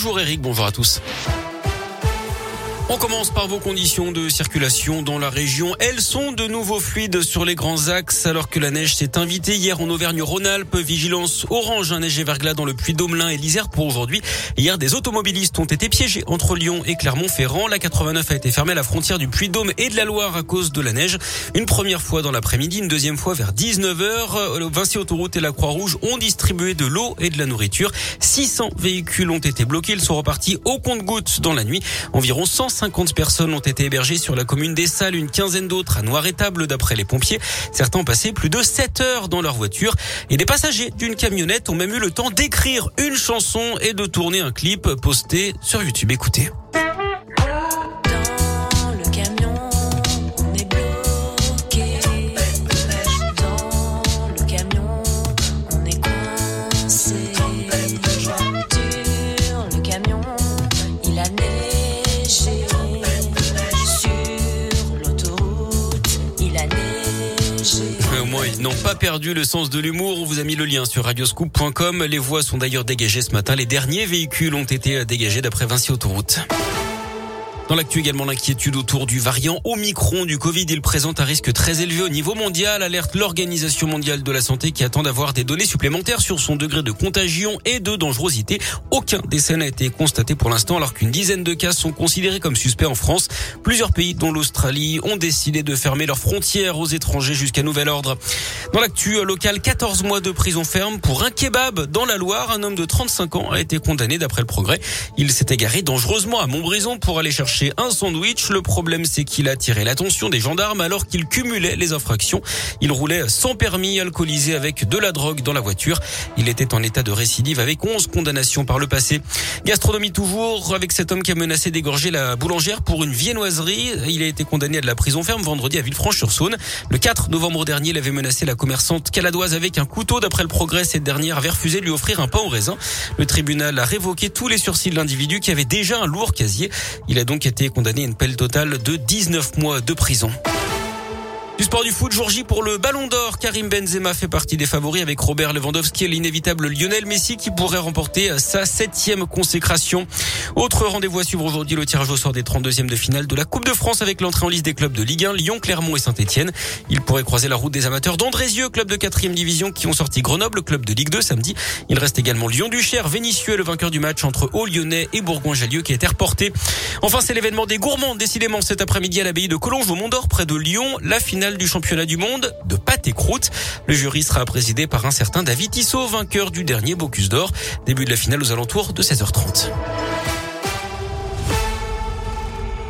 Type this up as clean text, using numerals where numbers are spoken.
Bonjour Eric, bonjour à tous. On commence par vos conditions de circulation dans la région. Elles sont de nouveau fluides sur les grands axes alors que la neige s'est invitée hier en Auvergne-Rhône-Alpes. Vigilance orange, neige et verglas dans le Puy-de-Dôme, et l'Isère pour aujourd'hui. Hier, des automobilistes ont été piégés entre Lyon et Clermont-Ferrand. La 89 a été fermée à la frontière du Puy-de-Dôme et de la Loire à cause de la neige. Une première fois dans l'après-midi, une deuxième fois vers 19h. Vinci Autoroute et la Croix-Rouge ont distribué de l'eau et de la nourriture. 600 véhicules ont été bloqués. Ils sont repartis au compte-gouttes dans la nuit. Environ 150 personnes ont été hébergées sur la commune des Salles, une quinzaine d'autres à Noiretable d'après les pompiers. Certains ont passé plus de 7 heures dans leur voiture et des passagers d'une camionnette ont même eu le temps d'écrire une chanson et de tourner un clip posté sur YouTube. Écoutez. Au moins, ils n'ont pas perdu le sens de l'humour. On vous a mis le lien sur radioscoop.com. Les voies sont d'ailleurs dégagées ce matin. Les derniers véhicules ont été dégagés d'après Vinci Autoroute. Dans l'actu également, l'inquiétude autour du variant Omicron du Covid. Il présente un risque très élevé au niveau mondial, alerte l'Organisation mondiale de la santé qui attend d'avoir des données supplémentaires sur son degré de contagion et de dangerosité. Aucun décès n'a été constaté pour l'instant alors qu'une dizaine de cas sont considérés comme suspects en France. Plusieurs pays dont l'Australie ont décidé de fermer leurs frontières aux étrangers jusqu'à nouvel ordre. Dans l'actu locale, 14 mois de prison ferme pour un kebab dans la Loire. Un homme de 35 ans a été condamné d'après le Progrès. Il s'est égaré dangereusement à Montbrison pour aller chercher un sandwich. Le problème, c'est qu'il a attiré l'attention des gendarmes alors qu'il cumulait les infractions. Il roulait sans permis, alcoolisé avec de la drogue dans la voiture. Il était en état de récidive avec 11 condamnations par le passé. Gastronomie toujours avec cet homme qui a menacé d'égorger la boulangère pour une viennoiserie. Il a été condamné à de la prison ferme vendredi à Villefranche-sur-Saône. Le 4 novembre dernier, il avait menacé la commerçante caladoise avec un couteau. D'après le Progrès, cette dernière avait refusé de lui offrir un pain au raisin. Le tribunal a révoqué tous les sursis de l'individu qui avait déjà un lourd casier. Il a donc été condamné à une peine totale de 19 mois de prison. Du sport du foot, jour J pour le Ballon d'Or. Karim Benzema fait partie des favoris avec Robert Lewandowski et l'inévitable Lionel Messi qui pourrait remporter sa 7e consécration. Autre rendez-vous à suivre aujourd'hui, le tirage au sort des 32e de finale de la Coupe de France avec l'entrée en liste des clubs de Ligue 1, Lyon, Clermont et Saint-Etienne. Il pourrait croiser la route des amateurs d'Andrézieux, club de 4e division qui ont sorti Grenoble, club de Ligue 2 samedi. Il reste également Lyon-Duchère, Vénissieux, le vainqueur du match entre Haut-Lyonnais et Bourgoin-Jallieu qui a été reporté. Enfin, c'est l'événement des gourmands, décidément cet après-midi à l'abbaye de Collonges au Mont-d'Or près de Lyon, la finale du championnat du monde de pâtes et croûtes. Le jury sera présidé par un certain David Tissot, vainqueur du dernier Bocuse d'Or. Début de la finale aux alentours de 16h30.